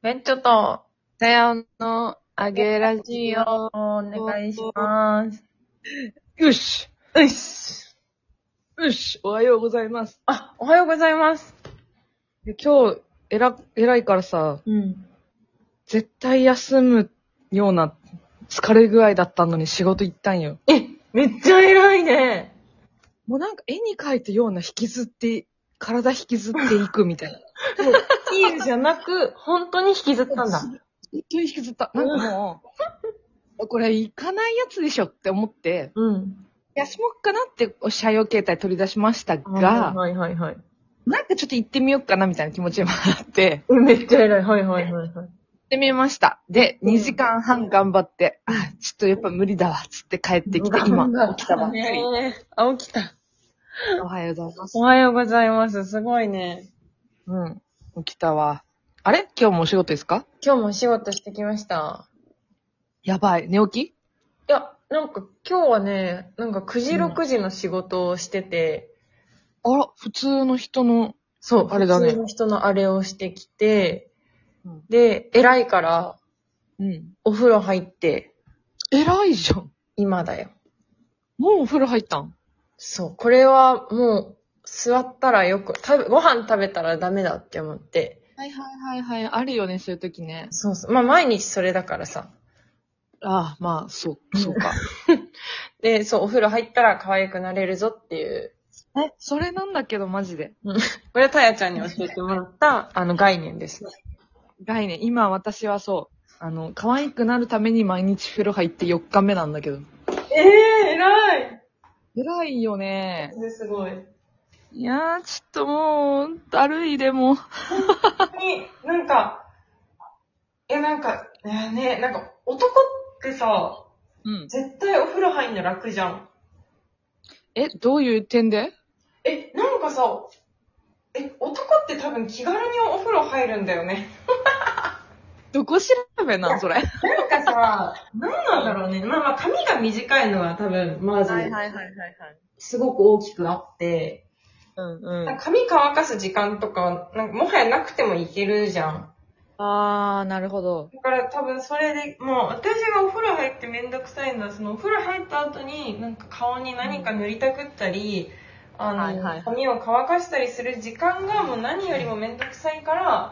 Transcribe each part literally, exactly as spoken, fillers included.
え、ちょっと、 さよのあげラジオ。 お願いします。 よしうっし。 よしおはようございます。 あ、おはようございます。 で今日、えら、偉いからさ、 うん。 絶対休むような疲れ具合だったのに仕事行ったんよ。 え、めっちゃ偉いね。 もうなんか絵に描いたような引きずって、体引きずっていくみたいな。 もう、ヒールじゃなく、本当に引きずったんだ。 本当に引きずった。なんかもう、これ行かないやつでしょって思って、 うん。 休もうかなって車用携帯取り出しましたが、 はいはいはい。 なんかちょっと行ってみようかなみたいな気持ちもあって、 え、めっちゃ偉い。はいはいはいはい。 行ってみました。で、 うんにじかんはん頑張って、あ、ちょっとやっぱ無理だわ、つって帰ってきて、今、起きたばっかり。 ねあ、起きた。 おはようございますお。はようございます。すごいね。 うん。起きたわ。あれ今日もお仕事ですか？ 今日もお仕事してきました。 やばい。寝起き？ いや、なんか今日はね、なんかくじうんろくじの仕事をしてて、 あら、普通の人の、 そう、 あれだね普通の人のあれをしてきて、 うん。 で、偉いから、 うん。 お風呂入って、 偉いじゃん。 今だよ。 もうお風呂入ったん？ そう、これはもう、座ったらよく、食べ、ご飯食べたらダメだって思って、 はいはいはいはい。あるよね、そういう時ね。 そうそう、まあ毎日それだからさ。 ああ、まあ、そう、そうか。 で、そう、お風呂入ったら可愛くなれるぞっていう、 え、それなんだけど、マジで。 これはたやちゃんに教えてもらった、あの概念です。 概念。今私はそう、あの、可愛くなるために毎日風呂入ってよっかめなんだけど。 ええー、偉い偉いよね。 すごい。 いやー、ちょっともう、だるいでも。 に、なんか、え、なんか、ね、ねなんか、男ってさ、 うん。 絶対お風呂入んの楽じゃん。 え、どういう点で？ え、なんかさ、え、男って多分気軽にお風呂入るんだよね。 どこ調べなんそれ。 なんかさ、なんなんだろうね。まあまあ髪が短いのは多分、まず、 はいはいはいはい。 すごく大きくあって、 うんうん。 髪乾かす時間とか、なんかもはやなくてもいけるじゃん。 あー、なるほど。 だから多分それで、もう私がお風呂入ってめんどくさいのは、そのお風呂入った後になんか顔に何か塗りたくったり、あの、 はいはいはい髪を乾かしたりする時間がもう何よりもめんどくさいから、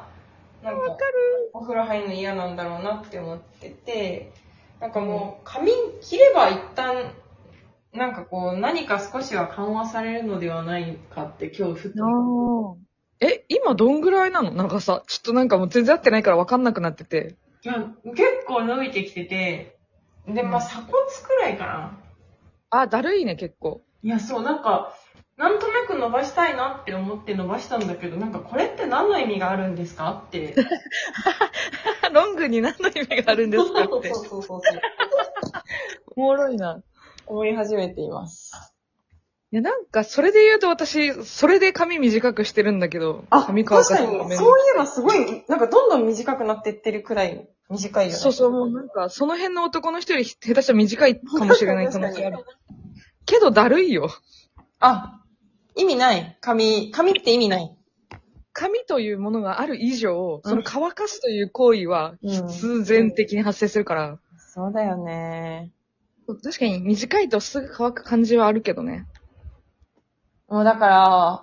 なんかお風呂入るの嫌なんだろうなって思ってて、なんかもう髪切れば一旦、なんかこう何か少しは緩和されるのではないかって今日ふと。 あー。え、今どんぐらいなの？なんかさ、ちょっとなんかもう全然合ってないから分かんなくなってて。 いや、結構伸びてきてて、で、まあ鎖骨くらいかな。 あ、だるいね、結構。 いや、そう、なんか、なんとなく伸ばしたいなって思って伸ばしたんだけど、なんかこれって何の意味があるんですかって。 ロングに何の意味があるんですかって。 そうそうそうそう。 おもろいな。 思い始めています。 いや、なんか、それで言うと私、それで髪短くしてるんだけど、 あ、 髪乾か確かに、 すのめんそういえばすごい、なんかどんどん短くなってってるくらい短いよね。 そうそう、もうなんか、その辺の男の人より下手したら短いかもしれない可能性ある。けど、だるいよ。 あ、意味ない。髪、髪って意味ない。 髪というものがある以上、その乾かすという行為は必然的に発生するから。 そうだよね。 確かに短いとすぐ乾く感じはあるけどね。 もうだから、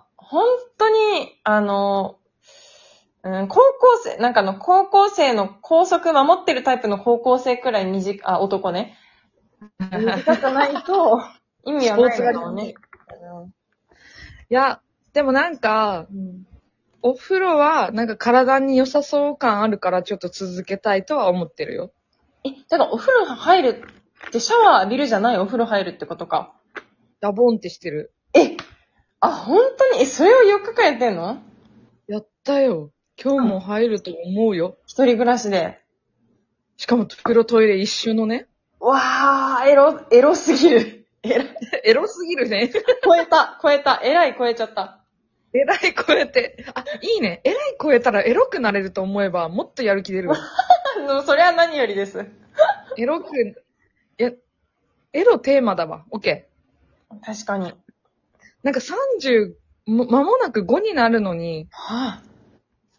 本当に、あの、うん、高校生、なんかあの、高校生の校則守ってるタイプの高校生くらい短い、あ、男ね。短くないと、意味はないんだろうね。 いや、でもなんか、 うんお風呂はなんか体に良さそう感あるからちょっと続けたいとは思ってるよ。 え、だからお風呂入るってシャワー浴びるじゃないお風呂入るってことか。 ダボンってしてる。 え、あ、本当にえ、それをよっかかんやってんの？ やったよ。今日も入ると思うよ。 一人暮らしで。 しかも風呂トイレ一緒のね。 わー、エロ、エロすぎる。エロ、 エロすぎるね。 超えた、超えた、えらい超えちゃった。 えらい超えて。あ、いいね。えらい超えたらエロくなれると思えばもっとやる気出るわ。 でもそれは何よりです。 エロく、いや、エロテーマだわ。オッケー。 確かに。 なんかさんじゅう、も間もなくごになるのに、 はぁ、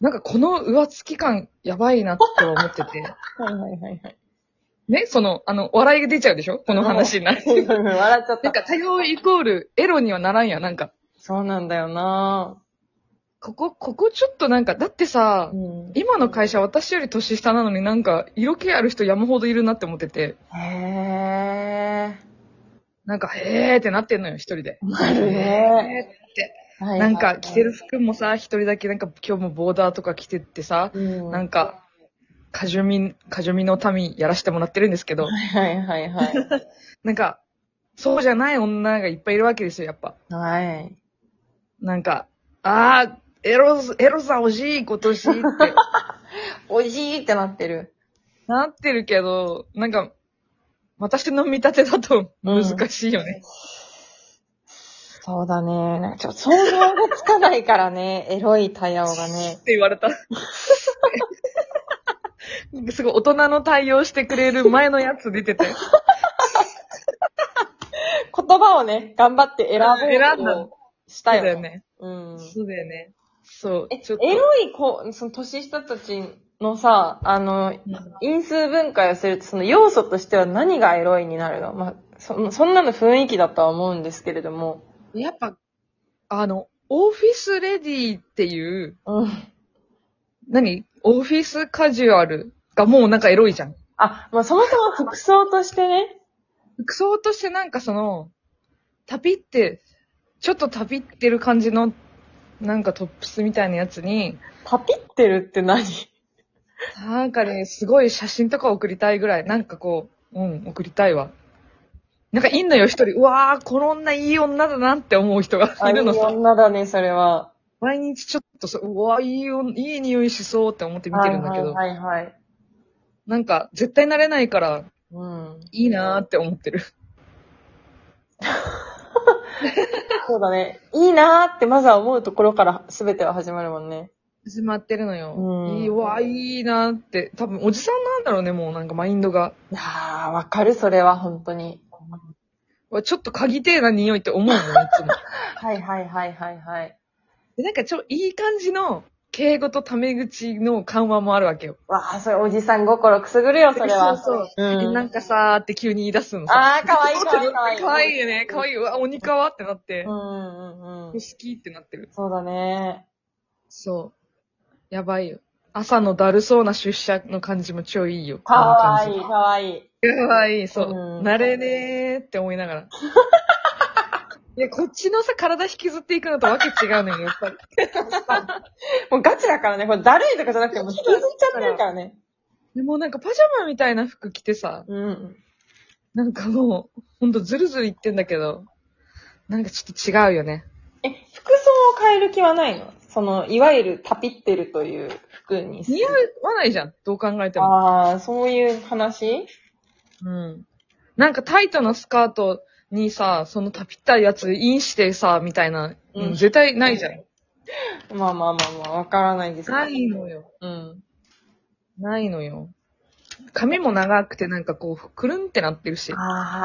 なんかこの浮つき感やばいなって思ってて。 はいはいはいはい。 ね、その、あの、笑いが出ちゃうでしょこの話になる。 笑っちゃった。 なんか多様イコールエロにはならんや、なんか。 そうなんだよなここ、ここちょっとなんか、だってさ、 うん、 今の会社私より年下なのになんか、色気ある人山ほどいるなって思ってて。 へー。 なんか、へーってなってんのよ、一人で。 なるねへーって。 はいはいはい。 なんか、着てる服もさ、一人だけなんか今日もボーダーとか着てってさ、 うん、 なんか、カジュミ、カジュミの民やらせてもらってるんですけど、 はいはいはいはい。 なんか、そうじゃない女がいっぱいいるわけですよ、やっぱ。 はい。 なんか、あー、エロ、エロさ欲しい、今年って。 おいしいってなってる。 なってるけど、なんか、私の見立てだと難しいよね。 そうだね。なんかちょっと想像がつかないからね、エロいタヤオがね。 って言われた。すごい大人の対応してくれる前のやつ出てて。 言葉をね、頑張って選ぼう選んだとしたよ。 そうだよね。 うん。 そうだよね。そう。 え、 ちょっと。 エロい子、その年下たちのさ、あの、因数分解をすると、その要素としては何がエロいになるの？まあ、そ、そんなの雰囲気だとは思うんですけれども。 やっぱ、あの、オフィスレディっていう、 うん。 何オフィスカジュアルがもうなんかエロいじゃん。 あ、まあそもそも服装としてね。 服装としてなんかその、タピって、ちょっとタピってる感じの、なんかトップスみたいなやつに、 タピってるって何？ なんかね、すごい写真とか送りたいぐらい、なんかこう、うん、送りたいわ。なんかいんのよ、一人。うわー、この女いい女だなって思う人がいるのさ。 あ、いい女だね、それは。 毎日ちょっとそう、うわー、いいよ、いい匂いしそうって思って見てるんだけど、 はいはいはいはい。 なんか絶対慣れないから、 うん。 いいなーって思ってる。 そうだね。いいなーってまずは思うところから全ては始まるもんね。 始まってるのよ。 うんいいわ、いいなーって。多分おじさんなんだろうね、もうなんかマインドが。 いやー、わかる、それは本当に。 ちょっと嗅ぎてえな匂いって思うのよ、いつも。 はいはいはいはいはい。 で、なんかちょ、いい感じの敬語とタメ口の緩和もあるわけよ。 わあ、それおじさん心くすぐるよ、それは。 そうそう。 うんえなんかさーって急に言い出すのさ。 あー、かわいいかわいいかわいい。 かわいいよね。かわいい。うわ、鬼かわってなって。 うんうんうん。 好きってなってる。 そうだね。 そう。やばいよ。朝のだるそうな出社の感じも超いいよ。 かわいい、 このかわいい。 感じかわいい、そう。 うん慣れねーって思いながら。いや、こっちのさ、体引きずっていくのとわけ違うのよ、やっぱり。 もうガチだからね。これだるいとかじゃなくて、もう引きずっちゃってるからね。 でもなんかパジャマみたいな服着てさ、 うん。 なんかもう、ほんとズルズルいってんだけど、なんかちょっと違うよね。 え、服装を変える気はないの？その、いわゆるタピってるという服にする。 似合わないじゃん、どう考えても。 ああ、そういう話？ うん。なんかタイトなスカートにさ、そのタピったやつインしてさ、みたいな、 うんうん、絶対ないじゃん。 まあまあまあまあ、わからないですけど。 ないのよ。 うん。 ないのよ。髪も長くてなんかこう、くるんってなってるし。わ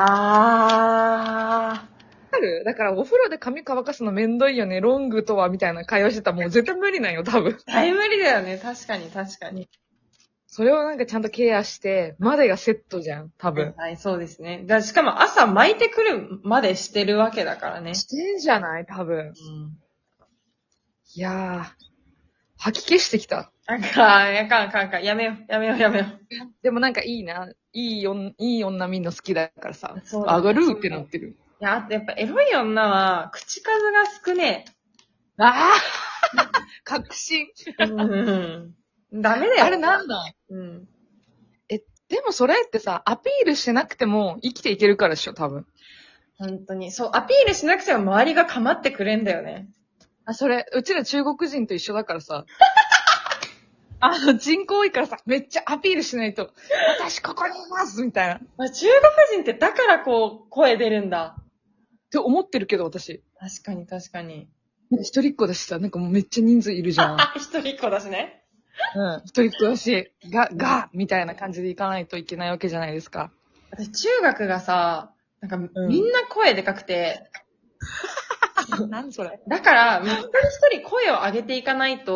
あかる？だからお風呂で髪乾かすのめんどいよね、ロングとは、みたいな会話してたらもう絶対無理なんよ、多分。 ー。大無理だよね。確かに確かに。 それをなんかちゃんとケアして、までがセットじゃん、多分。 はい、そうですね。だしかも朝巻いてくるまでしてるわけだからね。 してんじゃない多分。 うん。 いやー、吐き消してきた。 あかん、やかん、あかん、あかん。やめよう、やめよう、やめよう。 でもなんかいいな。いいよん、いい女みんな好きだからさ。 そうだね上がるってなってる。 いや、あとやっぱエロい女は、口数が少ねああ確信。 え。うん。ダメだよ。 あれなんだうん。 でもそれってさ、アピールしてなくても生きていけるからでしょ、多分。 本当に。そう、アピールしなくても周りが構ってくれんだよね。 あ、それ、うちら中国人と一緒だからさ。あの、人口多いからさ、めっちゃアピールしないと、私ここにいますみたいな。っあ、中国人ってだからこう、声出るんだ。 て思ってるけど、私。 確かに確かに。 なんか一人っ子だしさ、なんかもうめっちゃ人数いるじゃん。 あ、一人っ子だしね。 うん。一人っ子だし、が、が、みたいな感じで行かないといけないわけじゃないですか。 私中学がさ、なんかうんみんな声でかくて、 何それ。 だから、もう一人一人声を上げていかないと、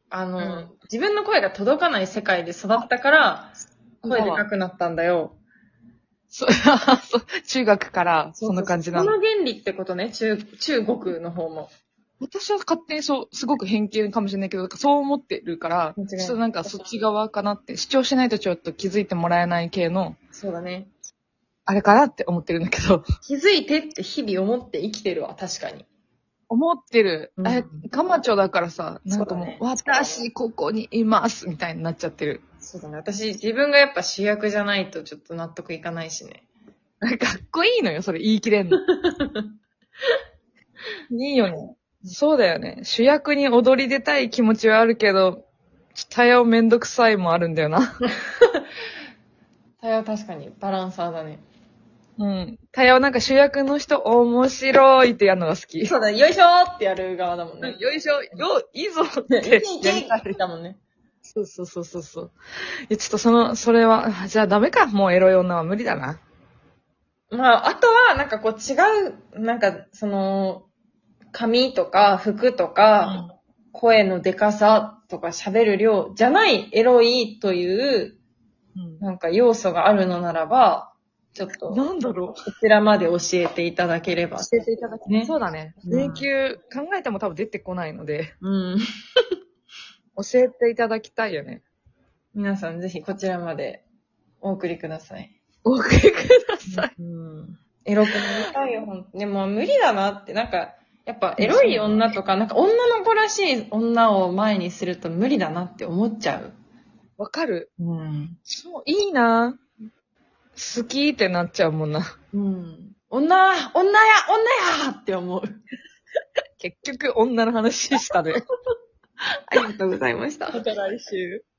あの、 うん、 自分の声が届かない世界で育ったから、声でかくなったんだよ。 そ中学からそんな感じなの。 その原理ってことね、中、中国の方も。 私は勝手にそう、すごく偏見かもしれないけど、そう思ってるから、ちょっとなんかそっち側かなって、主張しないとちょっと気づいてもらえない系の、 そうだね。 あれかなって思ってるんだけど。 気づいてって日々思って生きてるわ、確かに。 思ってる。 うん、 え、カマチョだからさ、なんかもう、うね、私ここにいますみたいになっちゃってる。 そうだね。私、自分がやっぱ主役じゃないとちょっと納得いかないしね。 かっこいいのよ、それ言い切れんの。いいよね。そうだよね。主役に踊り出たい気持ちはあるけど、タヤオめんどくさいもあるんだよな。 タヤオ確かにバランサーだね。 うん。タヤオなんか主役の人面白いってやるのが好き。 そうだね。よいしょーってやる側だもんね。 よいしょ、よ、いいぞってやりたい。 だもんね。 そうそうそうそうそう。いや、ちょっとその、それは、じゃあダメか。もうエロい女は無理だな。 まあ、あとは、なんかこう違う、なんか、その、髪とか服とか、うん、声のでかさとか喋る量じゃないエロいという、うん、なんか要素があるのならば、ちょっと、 なんだろう。 こちらまで教えていただければ。 教えていただけね。そうだね。迷宮、考えても多分出てこないので。うん。教えていただきたいよね。 皆さんぜひこちらまでお送りください。 お送りください。 うん。エロくなりたいよ、ほんと。でも無理だなって、なんか、やっぱエロい女とか、なんか女の子らしい女を前にすると無理だなって思っちゃう。 わかる。 うん。 そう、いいな。好きってなっちゃうもんな。 うん。女、女や、女やって思う。 結局女の話したね。 ありがとうございました。 また来週。